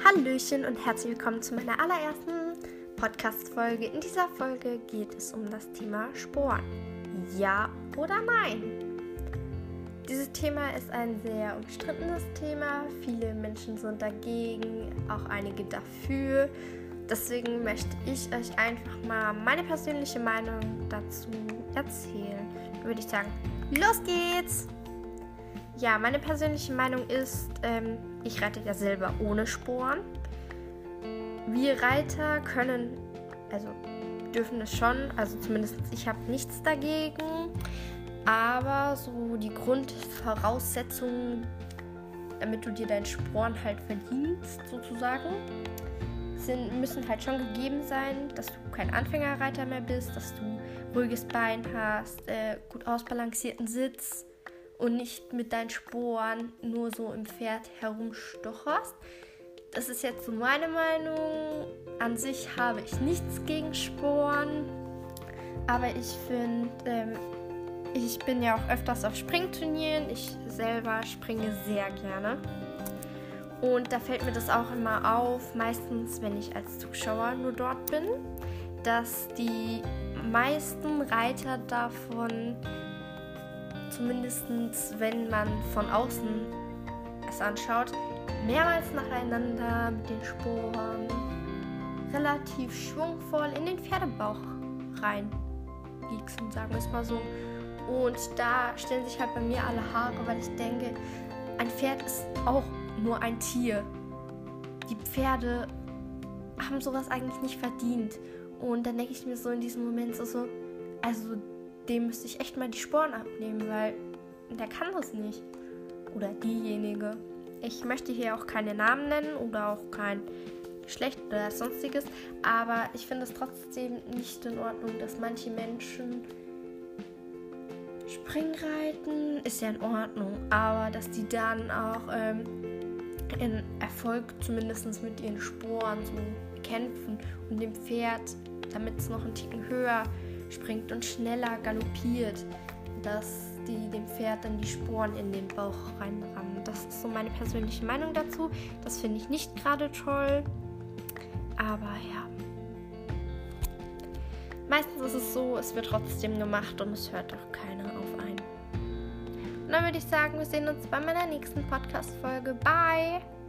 Hallöchen und herzlich willkommen zu meiner allerersten Podcast-Folge. In dieser Folge geht es um das Thema Sporen. Ja oder nein? Dieses Thema ist ein sehr umstrittenes Thema. Viele Menschen sind dagegen, auch einige dafür. Deswegen möchte ich euch einfach mal meine persönliche Meinung dazu erzählen. Dann würde ich sagen, los geht's! Ja, meine persönliche Meinung ist, ich reite ja selber ohne Sporen. Wir Reiter dürfen es schon, also zumindest ich habe nichts dagegen, aber so die Grundvoraussetzungen, damit du dir deinen Sporen halt verdienst, sozusagen, müssen halt schon gegeben sein, dass du kein Anfängerreiter mehr bist, dass du ruhiges Bein hast, gut ausbalancierten Sitz und nicht mit deinen Sporen nur so im Pferd herumstocherst. Das ist jetzt so meine Meinung. An sich habe ich nichts gegen Sporen, aber ich finde, ich bin ja auch öfters auf Springturnieren. Ich selber springe sehr gerne. Und da fällt mir das auch immer auf, meistens wenn ich als Zuschauer nur dort bin, dass die meisten Reiter davon, zumindest wenn man von außen es anschaut, mehrmals nacheinander mit den Sporen relativ schwungvoll in den Pferdebauch reinwichsen, sagen wir es mal so. Und da stellen sich halt bei mir alle Haare, weil ich denke, ein Pferd ist auch nur ein Tier. Die Pferde haben sowas eigentlich nicht verdient. Und dann denke ich mir so in diesem Moment also dem müsste ich echt mal die Sporen abnehmen, weil der kann das nicht. Oder diejenige. Ich möchte hier auch keine Namen nennen oder auch kein Geschlecht oder sonstiges, aber ich finde es trotzdem nicht in Ordnung, dass manche Menschen Springreiten, ist ja in Ordnung, aber dass die dann auch in Erfolg zumindest mit ihren Sporen so kämpfen und dem Pferd, damit es noch einen Ticken höher springt und schneller galoppiert, dass die dem Pferd dann die Sporen in den Bauch reinrammen. Das ist so meine persönliche Meinung dazu. Das finde ich nicht gerade toll. Aber ja. Meistens ist es so, es wird trotzdem gemacht und es hört doch keiner auf einen. Und dann würde ich sagen, wir sehen uns bei meiner nächsten Podcast-Folge. Bye!